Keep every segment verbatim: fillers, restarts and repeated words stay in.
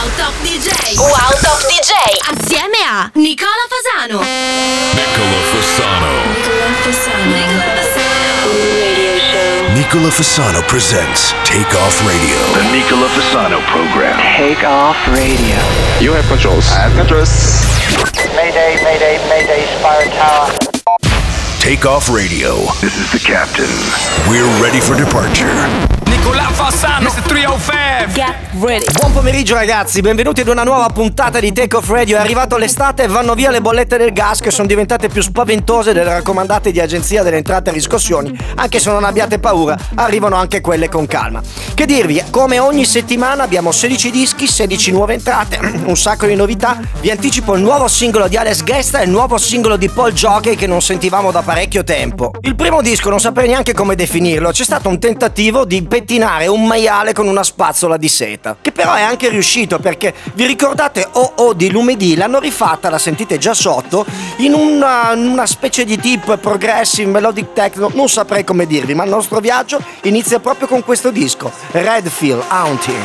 Wow Top D J. Wow Top D J. Assieme a Nicola Fasano. Nicola Fasano. Nicola Fasano. Nicola Fasano. Radio show. Nicola Fasano presents Take Off Radio. The Nicola Fasano program. Take Off Radio. You have controls. I have controls. Mayday, mayday, mayday, Spire Tower. Take Off Radio. This is the captain. We're ready for departure. Nicola Fasano, trecentocinque. Get ready. Buon pomeriggio ragazzi, benvenuti ad una nuova puntata di Take Off Radio. È arrivato l'estate e vanno via le bollette del gas che sono diventate più spaventose delle raccomandate di Agenzia delle Entrate e Riscossioni. Anche se non abbiate paura, arrivano anche quelle con calma. Che dirvi, come ogni settimana abbiamo sedici dischi, sedici nuove entrate, un sacco di novità. Vi anticipo il nuovo singolo di Alex Guesta e il nuovo singolo di Paul Jockey che non sentivamo da parecchio tempo. Il primo disco non saprei neanche come definirlo, c'è stato un tentativo di pettinare un maiale con una spazzola di seta, che però è anche riuscito, perché vi ricordate Oh Oh di Lumedì? L'hanno rifatta, la sentite già sotto, in una, una specie di tip progressive, melodic techno, non saprei come dirvi, ma il nostro viaggio inizia proprio con questo disco, Redfield Haunting.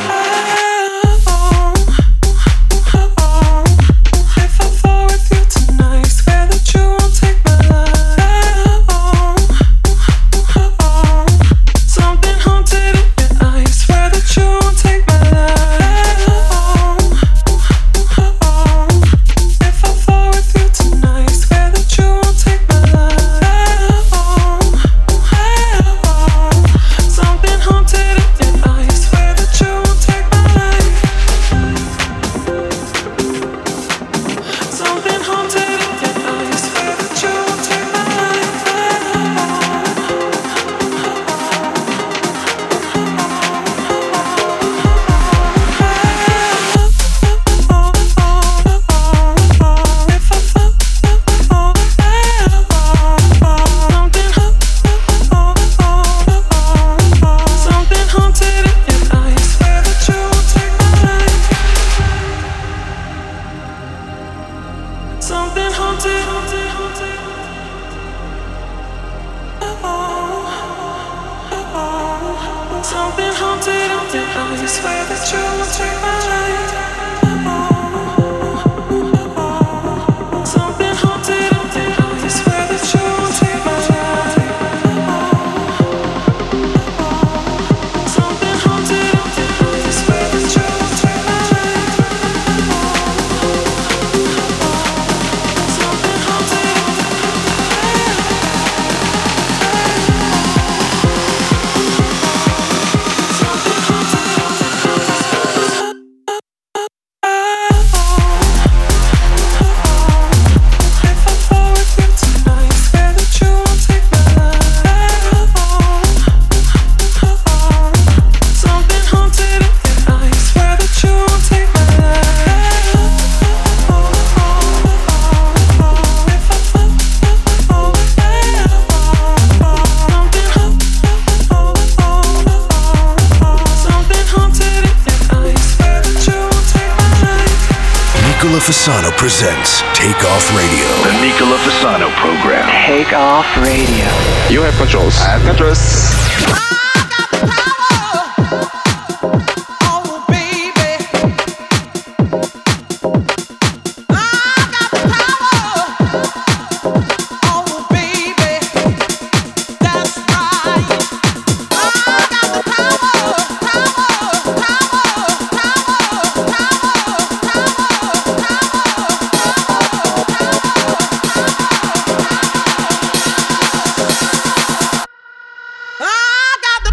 Fasano presents Take Off Radio. The Nicola Fasano program. Take Off Radio. You have controls. I have controls. I got the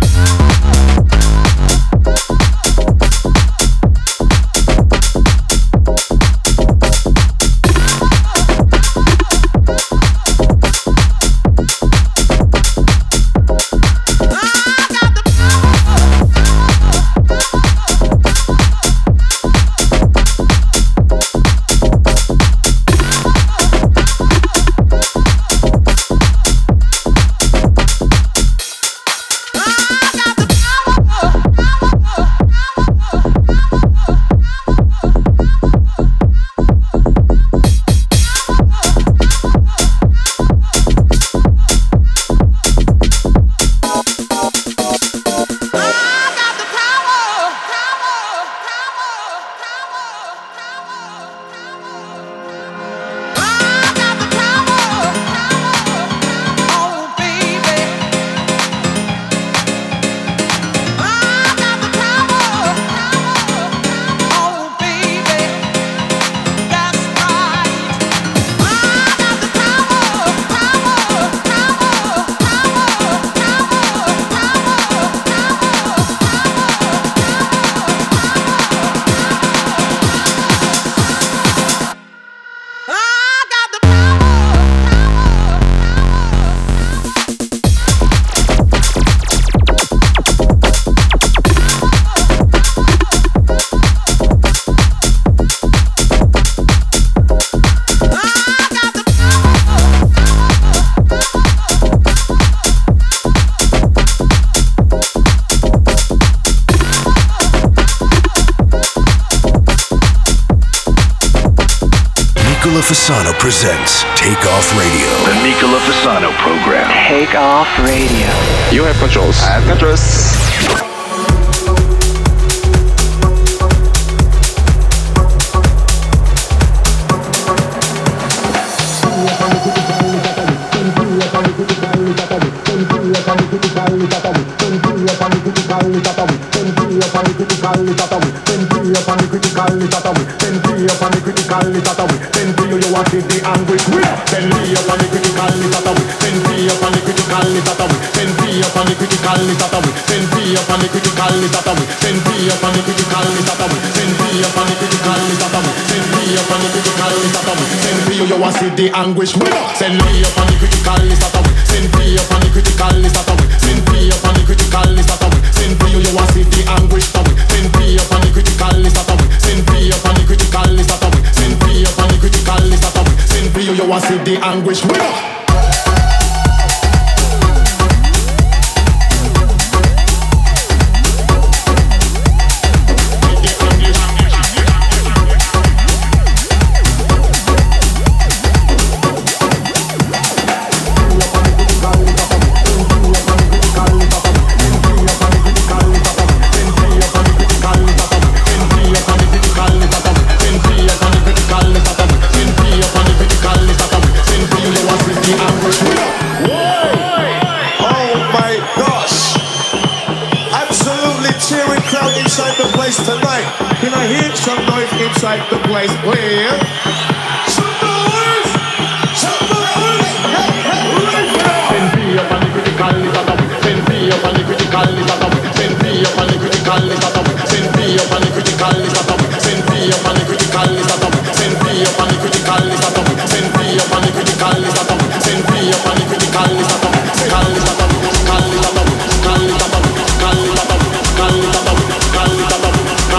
Nicola Fasano presents Take Off Radio. The Nicola Fasano program. Take Off Radio. You have controls. I have controls. You want to see the anguish with us. Send me up on the critical list of it. Send me up on the critical list of it. Send me up on the critical list of it. Send me you want to see the anguish of it. Send me up on the critical list of it. Send me up on the critical list of it. Send me up on the critical list of it. Send me you want to see the anguish with us. Tonight, can I hear some noise inside the place? Where? Some noise! Some noise! Hey, hey, right now! Send me up on the critical list of it. Send me up on the critical list of it. Send me up on the critical list of it. Send me up on the critical list of it. Send me up on the critical list of it. Send me up on the critical list of it. Send me up on the critical list of it. Send me up on the critical list of it. Critical list of it. Critical list of it. Critical list of it. Critical list of it. Critical list of it. Critical list of it.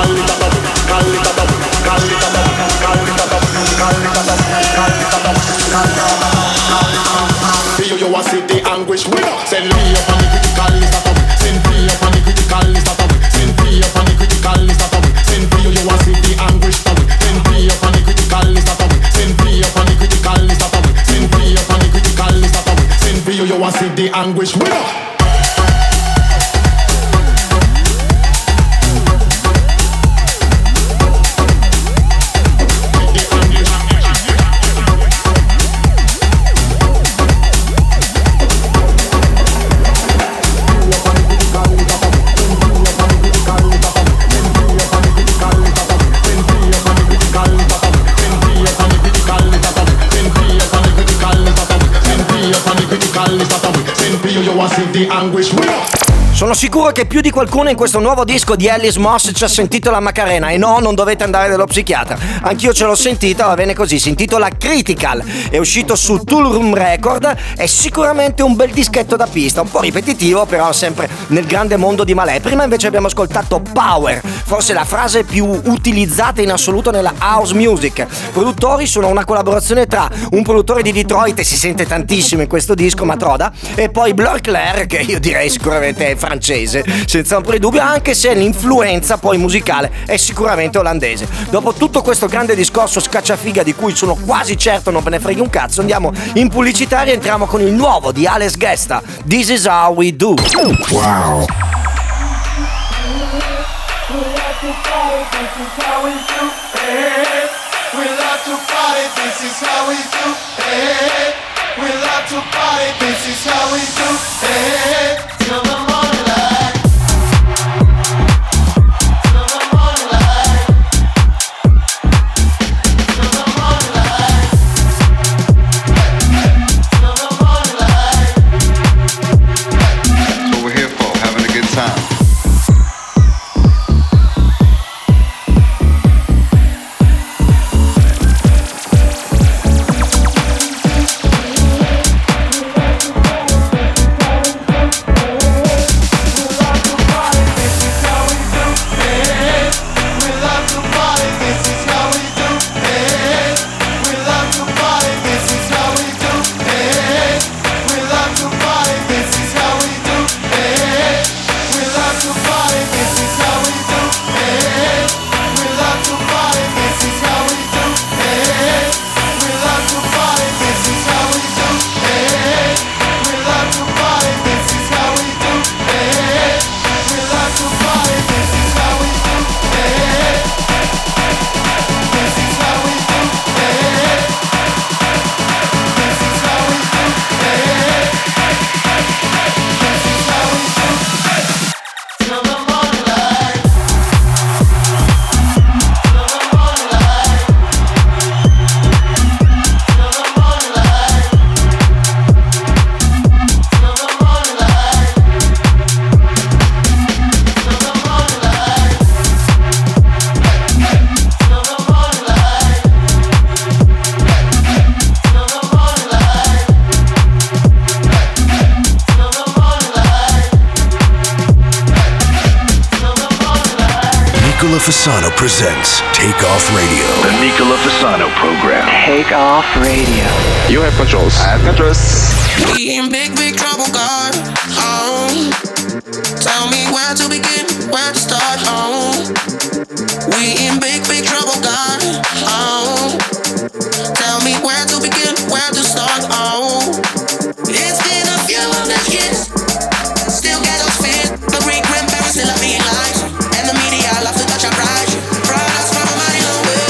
You want to see the anguish with us. Send me up on the critical list of it. Send me up on the critical list of it. Send me up on the critical list of it. Send me you want to see the anguish of it. Send me up on the critical list of it. Send me up on the critical list of it. Send me up on the critical list of it. Send me you want to see the anguish with us. Sono sicuro che più di qualcuno in questo nuovo disco di Alice Moss ci ha sentito la Macarena, e no, non dovete andare dallo psichiatra, anch'io ce l'ho sentita, va bene così. Si intitola Critical, è uscito su Tool Room Record, è sicuramente un bel dischetto da pista, un po' ripetitivo però sempre nel grande mondo di Malè. Prima invece abbiamo ascoltato Power, forse la frase più utilizzata in assoluto nella house music. Produttori sono una collaborazione tra un produttore di Detroit, e si sente tantissimo in questo disco, Matroda, e poi Blur Claire, che io direi sicuramente è francese, senza un po' di dubbio, anche se l'influenza poi musicale è sicuramente olandese. Dopo tutto questo grande discorso scacciafiga di cui sono quasi certo non ve ne freghi un cazzo, andiamo in pubblicità e entriamo con il nuovo di Alex Gesta, This Is How We Do. Wow. Till the morning light. Fasano presents Take Off Radio. The Nicola Fasano program. Take Off Radio. You have controls. I have controls. We in big, big trouble, God. Oh. Tell me where to begin, where to start. Oh. We in big, big trouble, God. Oh. Tell me where to begin, where to start. Oh. It's been a few hundred years. Still get us fit. The great grandparents still are being lied. And the media love to touch our pride. Brought us from a mighty long way.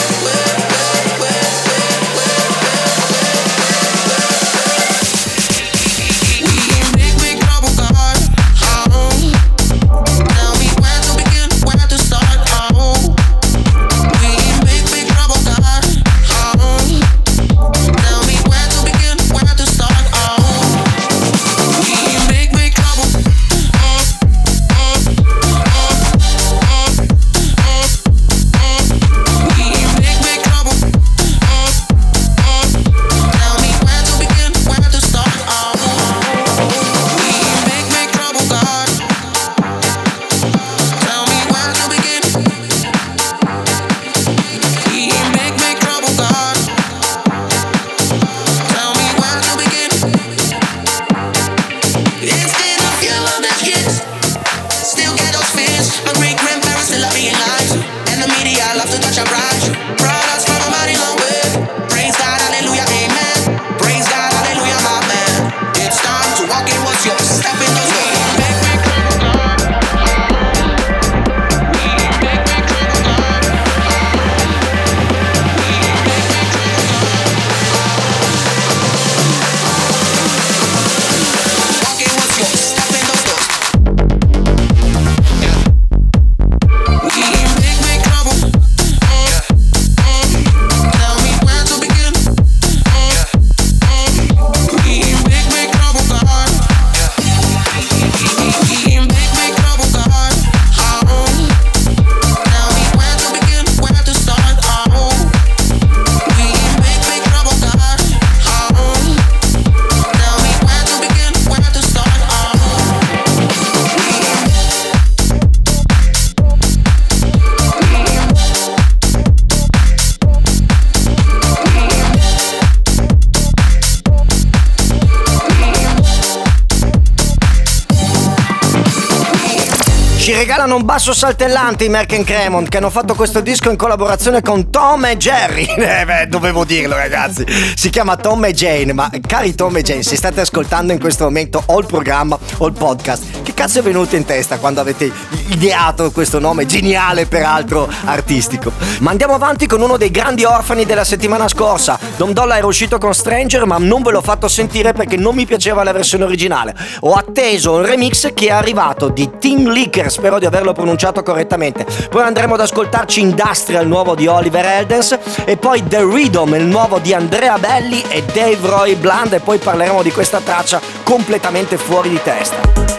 Ci regalano un basso saltellante i Merck and Cremont, che hanno fatto questo disco in collaborazione con Tom e Jerry. Eh beh, dovevo dirlo, ragazzi. Si chiama Tom e Jane, ma cari Tom e Jane, se state ascoltando in questo momento o il programma o il podcast, che cazzo è venuto in testa quando avete ideato questo nome geniale, peraltro artistico? Ma andiamo avanti con uno dei grandi orfani della settimana scorsa. Dom Dolla era uscito con Stranger, ma non ve l'ho fatto sentire perché non mi piaceva la versione originale. Ho atteso un remix che è arrivato di Tim Licker, spero di averlo pronunciato correttamente. Poi andremo ad ascoltarci Industrial, il nuovo di Oliver Heldens, e poi The Rhythm, il nuovo di Andrea Belli e Dave Roy Bland, e poi parleremo di questa traccia completamente fuori di testa.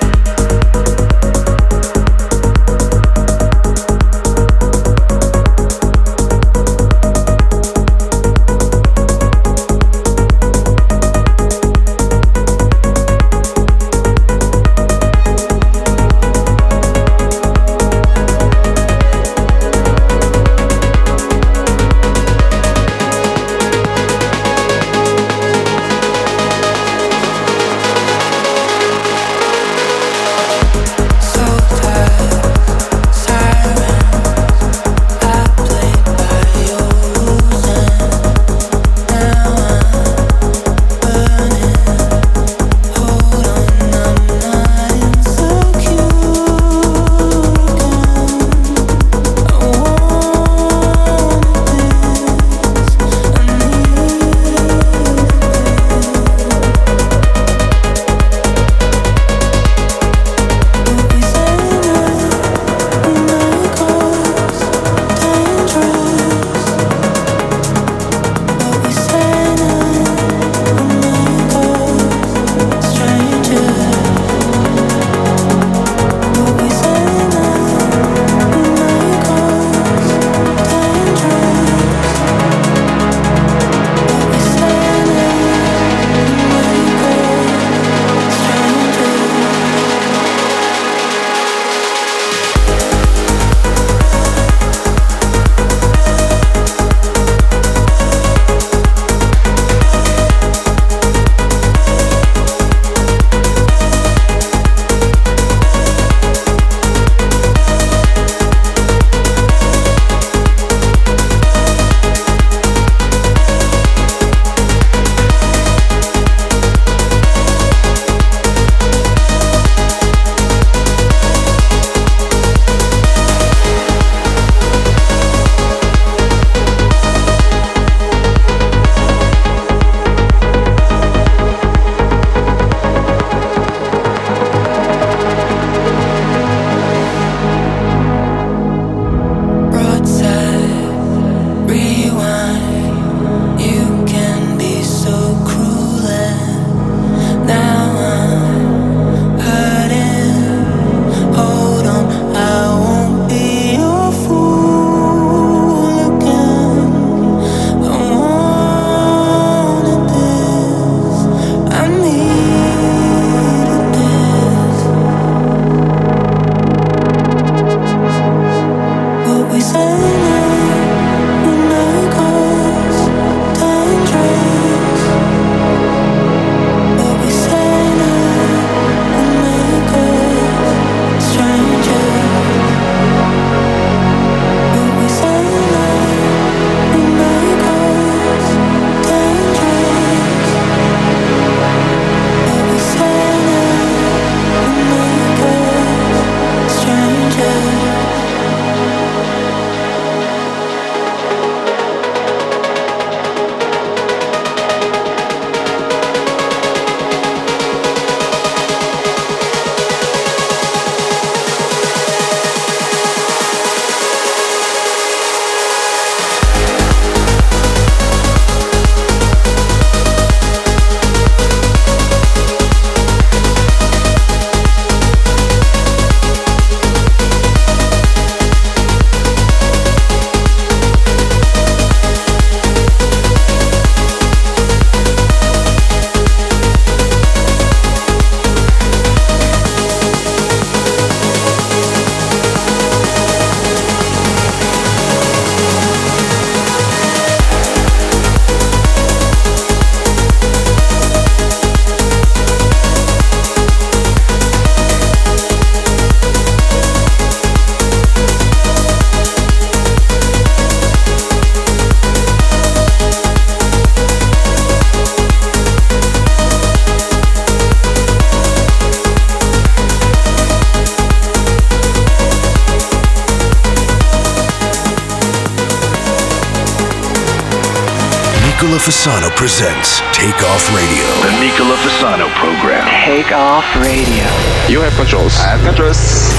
Nicola Fasano presents Take Off Radio. The Nicola Fasano program. Take Off Radio. You have controls. I have controls.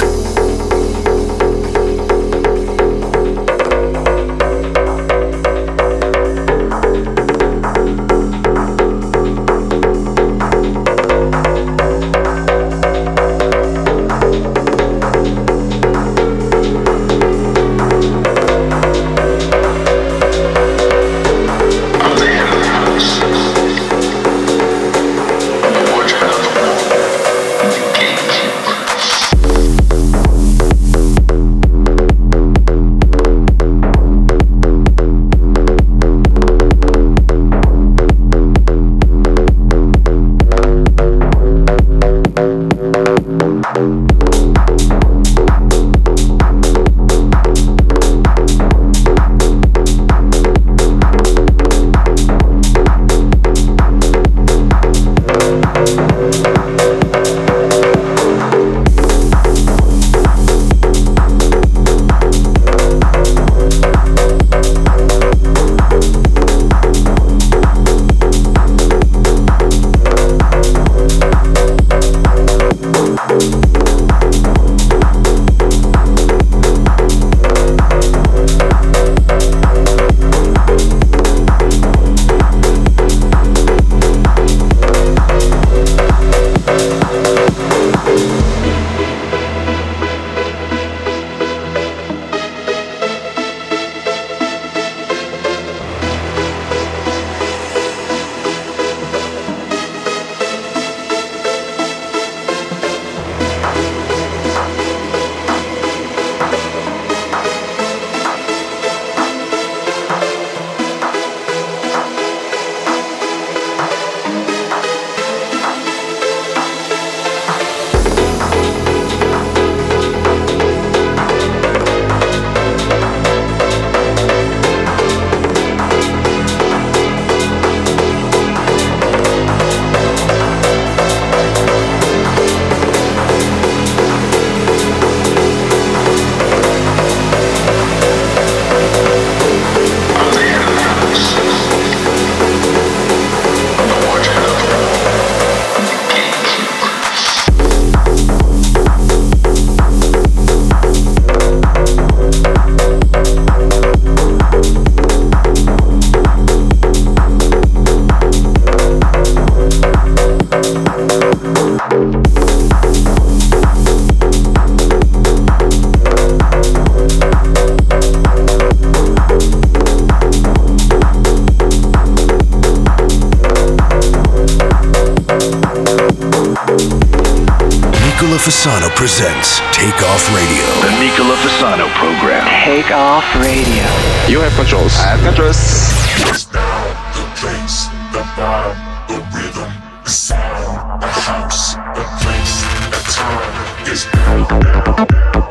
Nicola Fasano presents Take Off Radio. The Nicola Fasano program. Take Off Radio. You have controls. I have controls. It's now the place, the vibe, the rhythm, the sound, the house, the place, the time is now, now, now.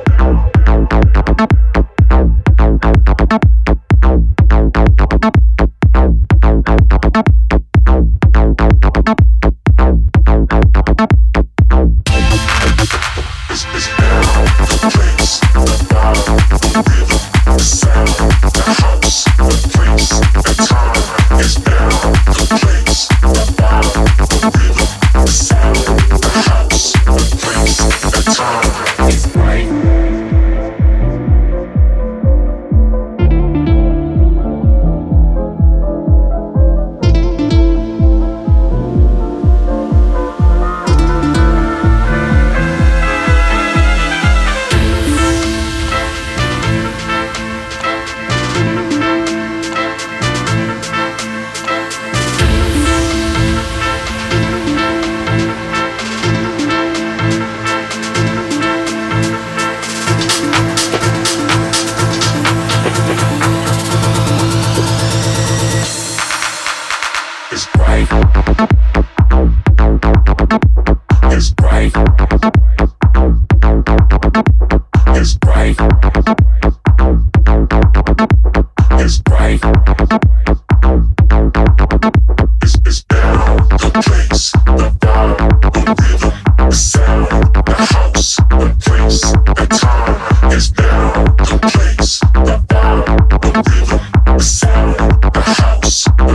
house.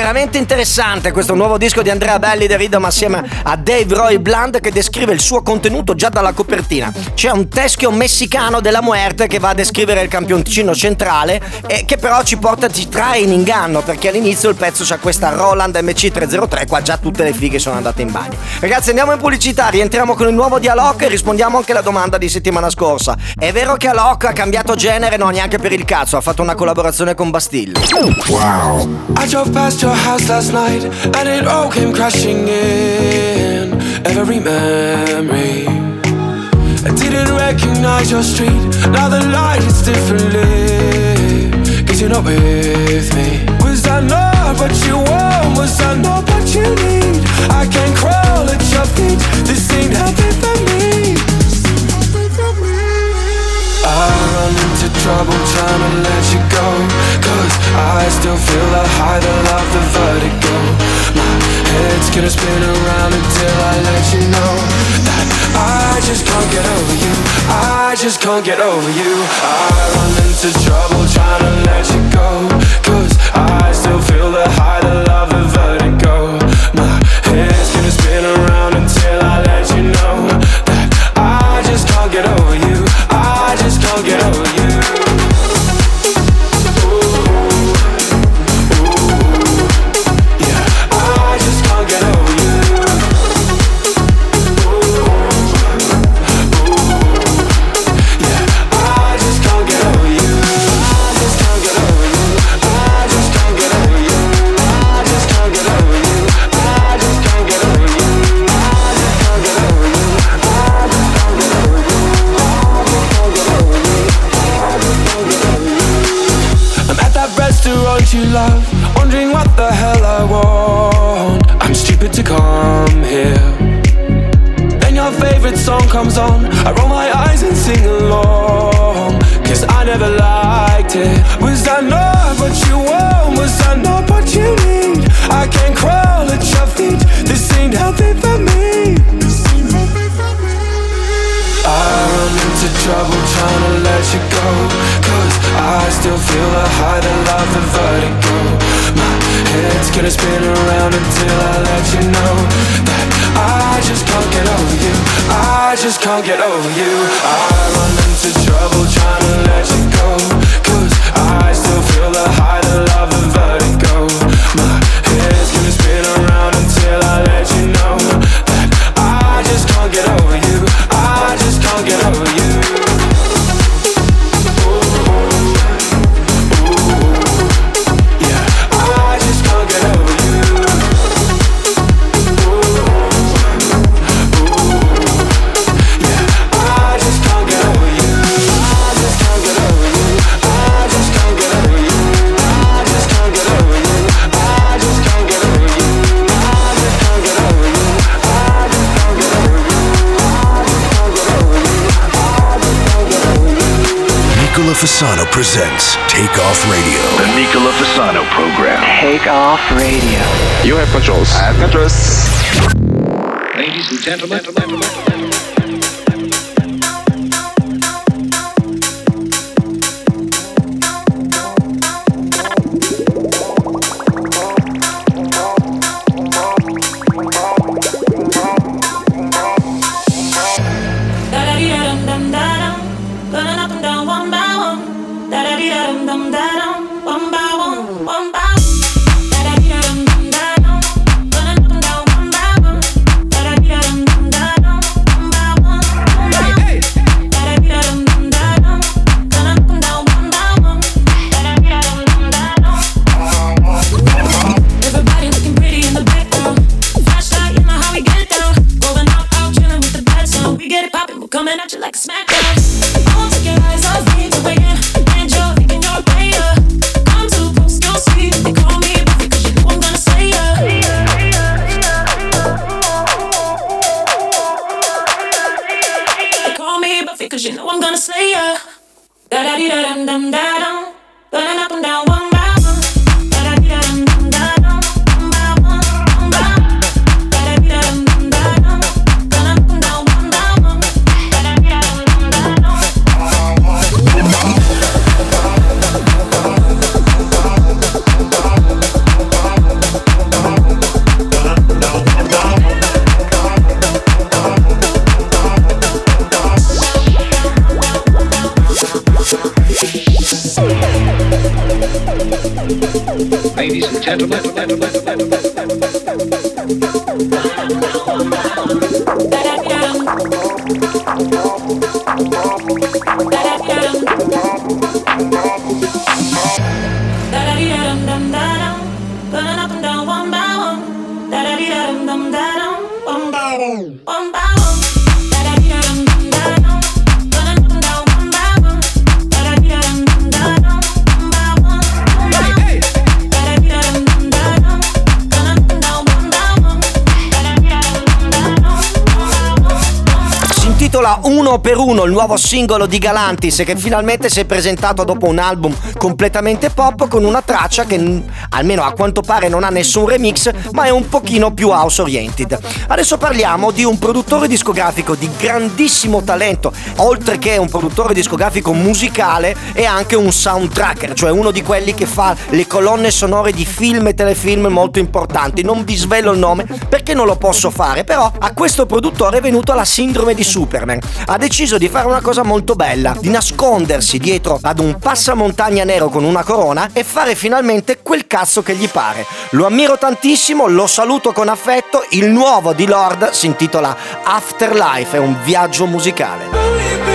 veramente interessante questo nuovo disco di Andrea Belli The Rhythm assieme a Dave Roy Bland, che descrive il suo contenuto già dalla copertina. C'è un teschio messicano della muerte che va a descrivere il campioncino centrale e che però ci porta, ci trae in inganno, perché all'inizio il pezzo c'ha questa Roland M C trecentotre, qua già tutte le fighe sono andate in bagno. Ragazzi, andiamo in pubblicità, rientriamo con il nuovo di Alok e rispondiamo anche alla domanda di settimana scorsa. È vero che Alok ha cambiato genere? No, neanche per il cazzo, ha fatto una collaborazione con Bastille. Wow. I drove past your house last night and it all came crashing in. Every memory, I didn't recognize your street. Now the light is differently, cause you're not with me. Was I not what you want? Was I not what you need? I can crawl at your feet. This ain't healthy for me. I run into trouble trying to let you go, cause I still feel the high, the love, the vertigo. My head's gonna spin around until I let you know that I just can't get over you. I just can't get over you. I run into trouble trying to let you go, cause I still feel the high, the love, the vertigo. My head's gonna spin around until I let you know that I just can't get over you. I just can't get over you. You love, wondering what the hell I want. I'm stupid to come here. Then your favorite song comes on, I roll my eyes and sing along, cause I never liked it. Was I not what you want? Was I not what you need? I can crawl at your feet. This ain't healthy for me. I run into trouble trying to let you go, cause I still feel the high, the love, the vertigo. My head's gonna spin around until I let you know that I just can't get over you. I just can't get over you. I run into trouble trying to let you go, cause I still feel the high, the love, the vertigo. My head's gonna spin around until I let you know that I just can't get over you. I just can't get over you. Nicola Fasano presents Take Off Radio. The Nicola Fasano program. Take Off Radio. You have controls. I have controls. Ladies and gentlemen, gentlemen, gentlemen. and gentlemen, Uno per uno, il nuovo singolo di Galantis, che finalmente si è presentato dopo un album completamente pop con una traccia che almeno a quanto pare non ha nessun remix, ma è un pochino più house oriented. Adesso parliamo di un produttore discografico di grandissimo talento, oltre che un produttore discografico musicale, è anche un soundtracker, cioè uno di quelli che fa le colonne sonore di film e telefilm molto importanti. Non vi svelo il nome perché non lo posso fare, però a questo produttore è venuta la sindrome di Superman. Ha deciso di fare una cosa molto bella, di nascondersi dietro ad un passamontagna nero con una corona e fare finalmente quel cazzo che gli pare. Lo ammiro tantissimo, lo saluto con affetto. Il nuovo di Lord si intitola Afterlife, è un viaggio musicale.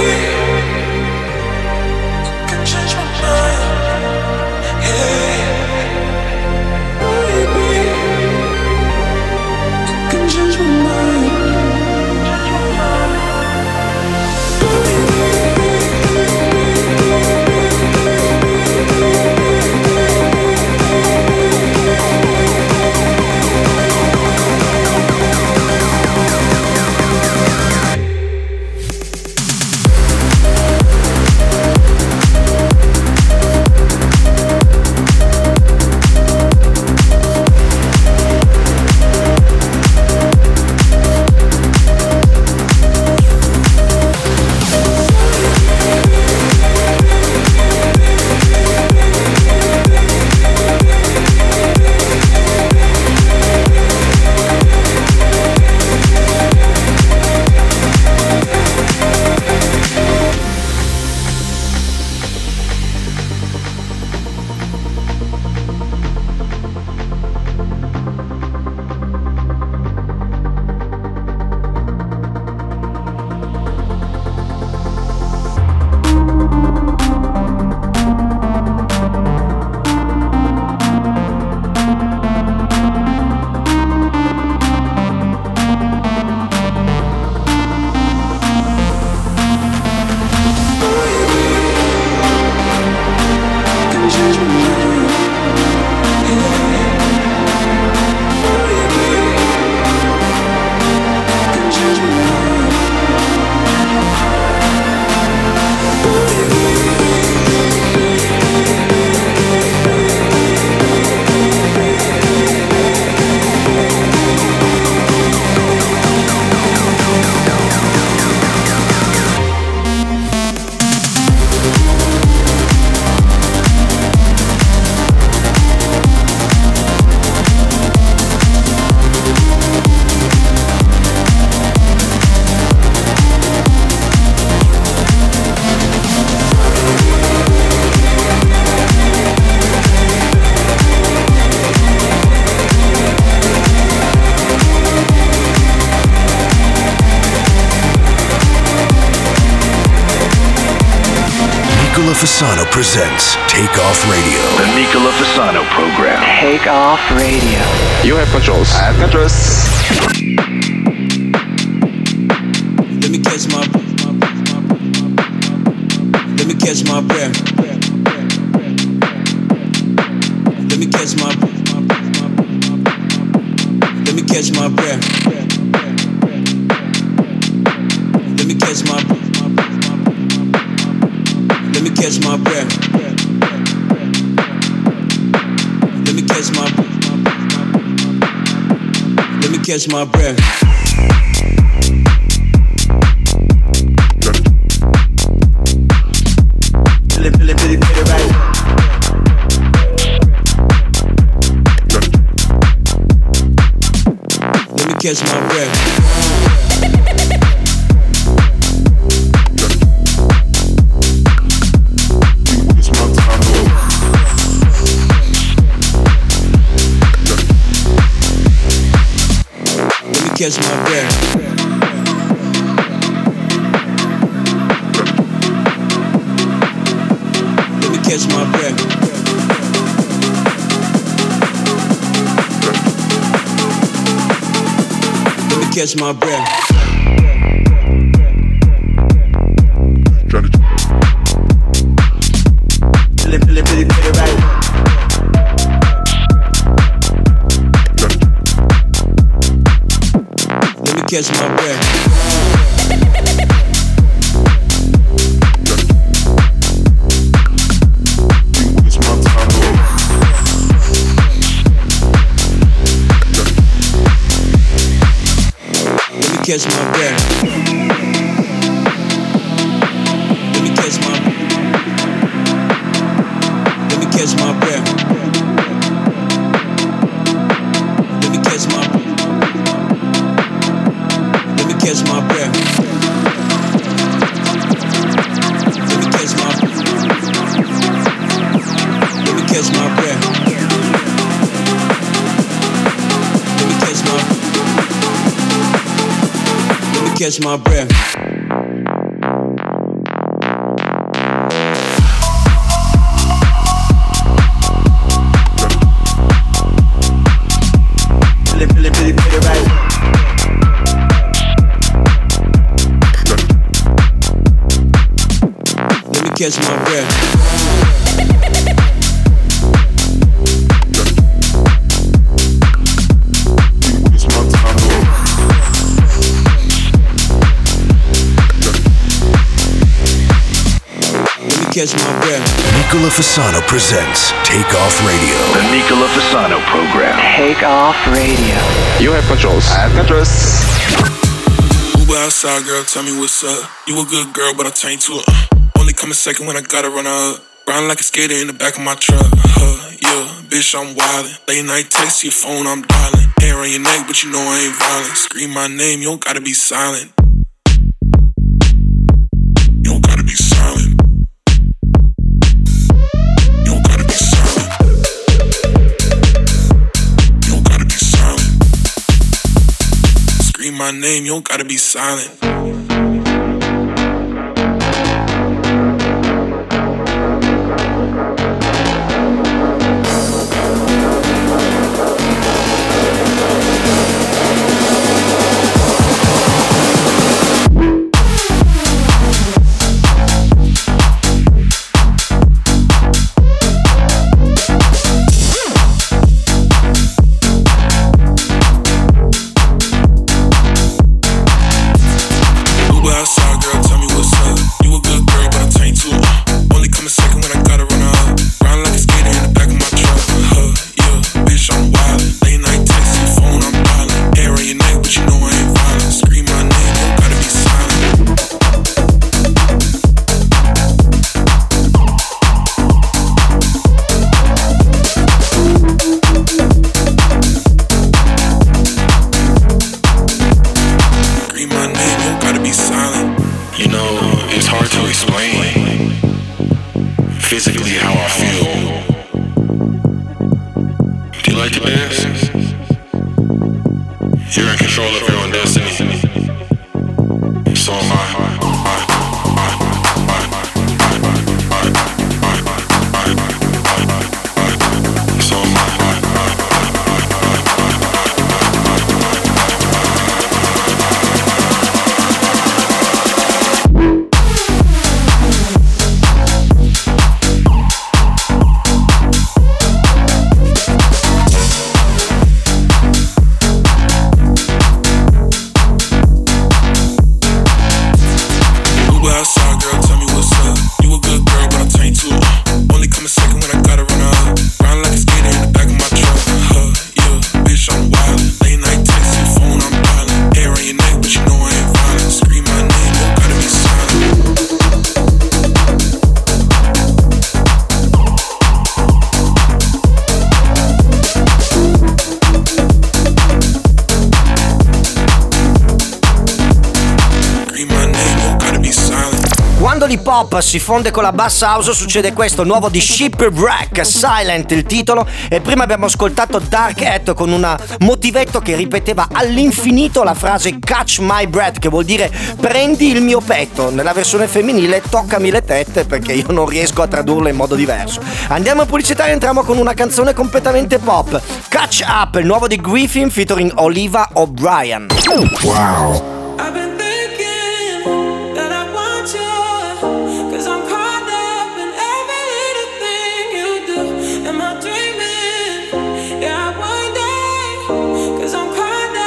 Fasano presents Take Off Radio. The Nicola Fasano program. Take Off Radio. You have controls. I have controls. Let me catch my Let me catch my breath. Let me catch my Let me catch my breath. Let me catch my Let me catch my breath. Let me catch my Let me catch my breath. Let me, let me, let me, right. Let me catch my breath. catch my breath. Let me catch my breath. Let me catch my breath. Really, really, really, really right. Let me catch my breath. It's my time. Let me catch my breath. Let me catch my Let me catch my breath. Let me catch my Let me catch my breath. Let me catch my Let me catch my breath. Let me catch my Let me catch my breath. Really, really, really, really right. Let me catch my breath. It's my time. Let me catch my breath. Nicola Fasano presents Take Off Radio. The Nicola Fasano program. Take Off Radio. You have controls. I have controls. Uber outside, girl, tell me what's up. You a good girl, but I turn you to a uh. Only come a second when I gotta run up. Riding like a skater in the back of my truck. Uh, yeah, bitch, I'm wildin'. Late night text to your phone, I'm dialing. Hair on your neck, but you know I ain't violent. Scream my name, you don't gotta be silent. You don't gotta be silent. You don't gotta be silent. You don't gotta be silent. Scream my name, you don't gotta be silent. pop si fonde con la bass house, succede questo, nuovo di Shipwreck, Silent il titolo, e prima abbiamo ascoltato Dark Hat con un motivetto che ripeteva all'infinito la frase Catch My Breath, che vuol dire prendi il mio petto, nella versione femminile toccami le tette, perché io non riesco a tradurlo in modo diverso. Andiamo a pubblicità e entriamo con una canzone completamente pop, Catch Up, il nuovo di Griffin featuring Oliva O'Brien. Wow. I've been thinking that I want you, cause I'm caught up in every little thing you do. Am I dreaming? Yeah, I wonder, cause I'm caught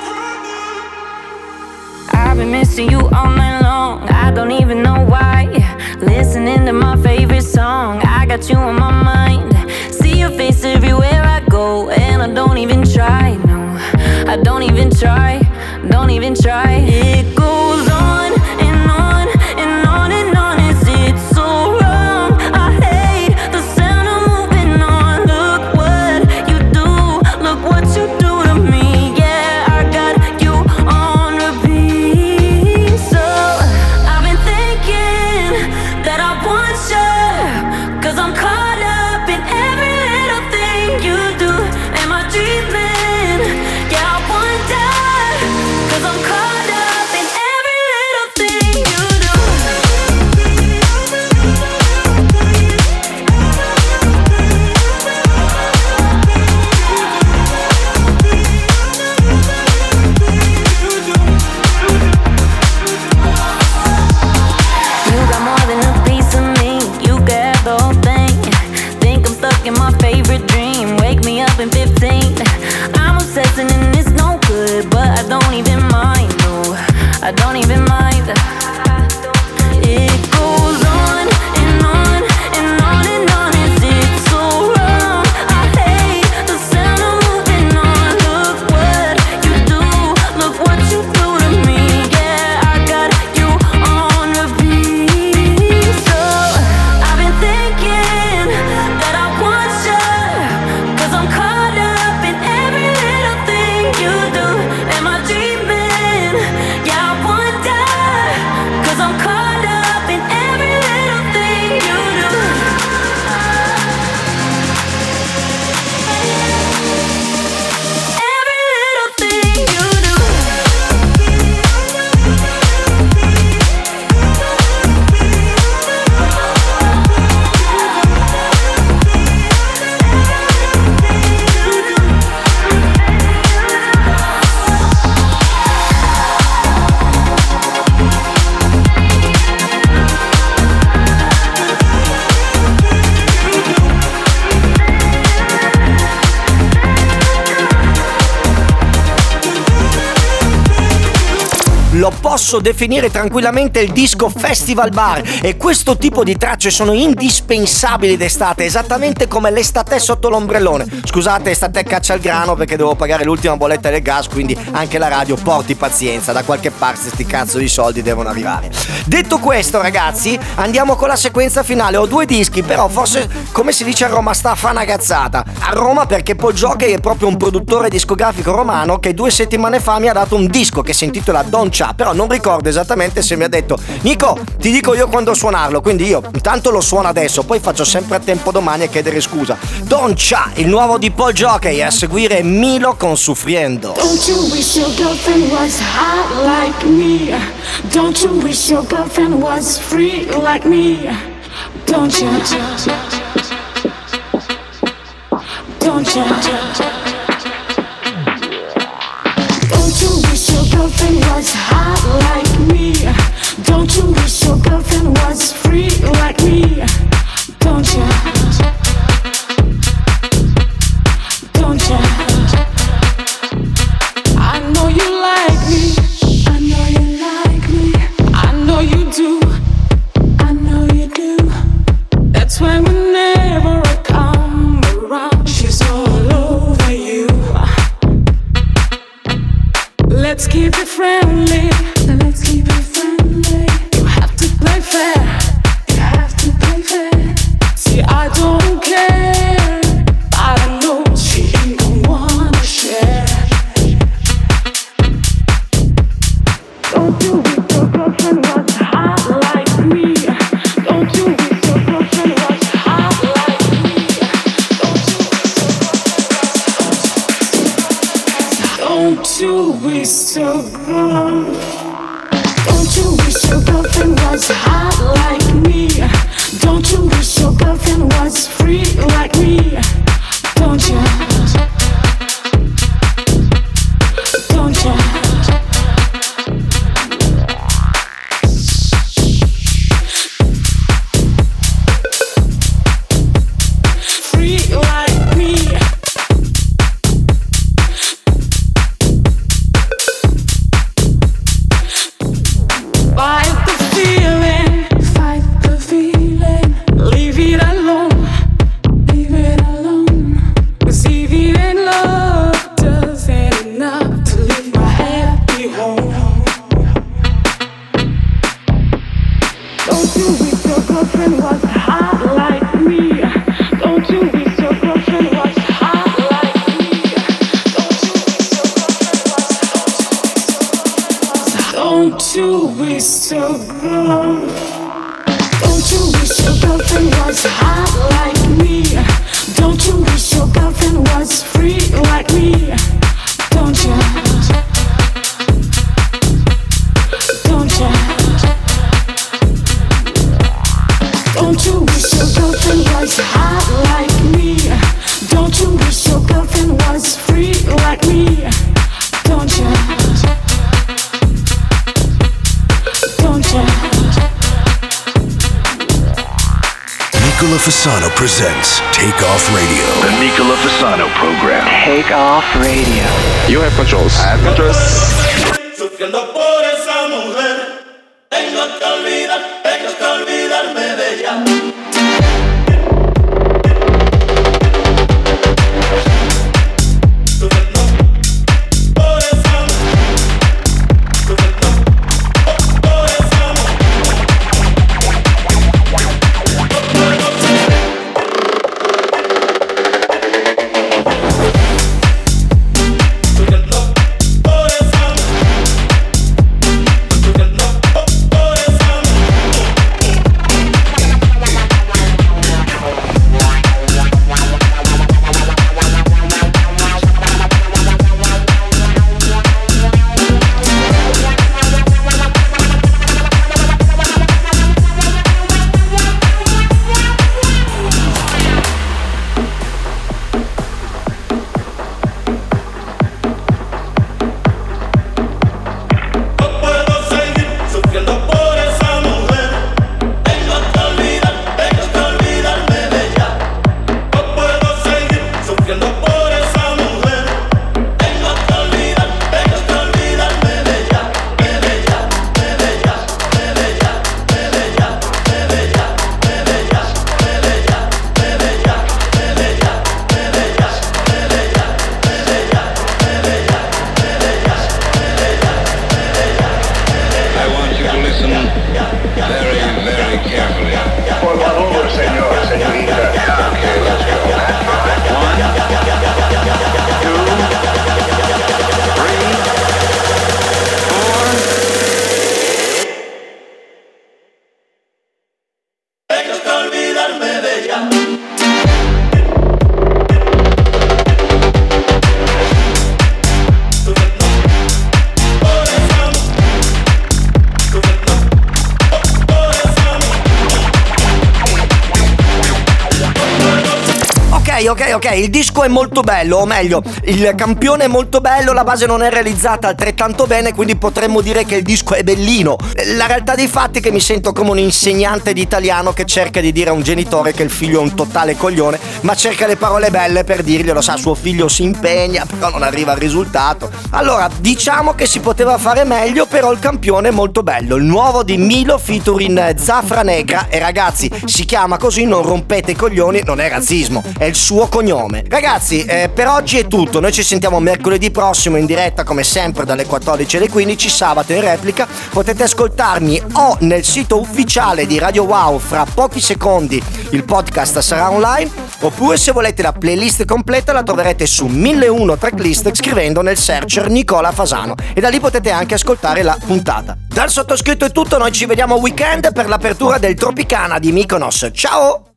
up. I've been missing you all night long, I don't even know why. Listening to my favorite song, I got you on my mind. See your face everywhere I go, and I don't even try, no, I don't even try, don't even try. It goes on and on and on and on. Is it so wrong? I hate the sound of moving on. Look what you do, look what you do to me. Yeah, I got you on repeat. So I've been thinking that I want you, cause I'm caught up in every little thing you do. Am I dreaming? Yeah, I wonder, cause I'm caught up in every little thing you do. You got more than a piece of me, you got the whole thing. Think I'm stuck in my favorite dream, wake me up in fifteen. I'm obsessing and it's no good, but I don't even mind, no, I don't even mind. It goes on and on and on and on. Is it so wrong? I hate the sound of moving on. Look what you do, look what you do to me. Yeah, I got you on repeat. So I've been thinking that I want you, cause I'm caught up in every little thing you do. Am I dreaming? Yeah, I wonder, cause I'm caught up in every little thing you do. Every little thing you do. Lo posso definire tranquillamente il disco festival bar, e questo tipo di tracce sono indispensabili d'estate, esattamente come l'estate sotto l'ombrellone. Scusate, estate caccia al grano perché devo pagare l'ultima bolletta del gas, quindi anche la radio porti pazienza, da qualche parte sti cazzo di soldi devono arrivare. Detto questo, ragazzi, andiamo con la sequenza finale. Ho due dischi, però forse, come si dice a Roma, sta a fa una cazzata. A Roma perché Paul Jockey è proprio un produttore discografico romano che due settimane fa mi ha dato un disco che si intitola Don't Cha, però non ricordo esattamente se mi ha detto Nico, ti dico io quando suonarlo, quindi io intanto lo suono adesso, poi faccio sempre a tempo domani a chiedere scusa. Don't Cha, il nuovo di Paul Jockey, a seguire Milo con Sufriendo. Don't you wish your girlfriend was hot like me? Don't you wish your girlfriend was free like me? Don't you? Don't you? Don't you wish your girlfriend was hot like me? Don't you wish your girlfriend was free like me? Don't you? Don't you? I know you like me. I know you like me. I know you do. I know you do. That's why whenever I come around, she's all over you. Let's keep it friendly. Let's keep it friendly. You have to play fair. You have to play fair. See, I so good? Don't you wish your girlfriend was hot like me? Don't you wish your girlfriend was free like me? Don't you? Don't you? Free like me. Fight the feeling, fight the feeling. Leave it alone, leave it alone. 'Cause if it ain't love, does it enough to leave my happy home? Don't you wish your girlfriend was hot like me? Don't you wish your girlfriend was hot like me? Don't you wish your girlfriend was hot? Don't you wish so good? Don't you wish your girlfriend was hot like me? Don't you wish your girlfriend was free like me? Don't you? Don't you? Don't you wish your girlfriend was hot like me? Don't you wish your girlfriend was free like me? Don't you? Don't you? Nicola Fasano presents Take Off Radio. The Nicola Fasano program. Take Off Radio. You have controls. I have controls. Sufriendo por esa mujer, tengo que olvidar, tengo que olvidarme de ella. ok, ok, il disco è molto bello, o meglio, il campione è molto bello, la base non è realizzata altrettanto bene, quindi potremmo dire che il disco è bellino. La realtà dei fatti è che mi sento come un insegnante di italiano che cerca di dire a un genitore che il figlio è un totale coglione, ma cerca le parole belle per dirglielo, sa, suo figlio si impegna, però non arriva al risultato. Allora, diciamo che si poteva fare meglio, però il campione è molto bello. Il nuovo di Milo featuring Zafra Negra, e ragazzi, si chiama così, non rompete i coglioni, non è razzismo, è il suo cognome. Ragazzi, eh, per oggi è tutto, noi ci sentiamo mercoledì prossimo in diretta come sempre dalle quattordici alle quindici, sabato in replica. Potete ascoltarmi o nel sito ufficiale di Radio Wow, fra pochi secondi il podcast sarà online, oppure se volete la playlist completa la troverete su mille e uno tracklist scrivendo nel searcher Nicola Fasano, e da lì potete anche ascoltare la puntata. Dal sottoscritto è tutto, noi ci vediamo a weekend per l'apertura del Tropicana di Mykonos. Ciao!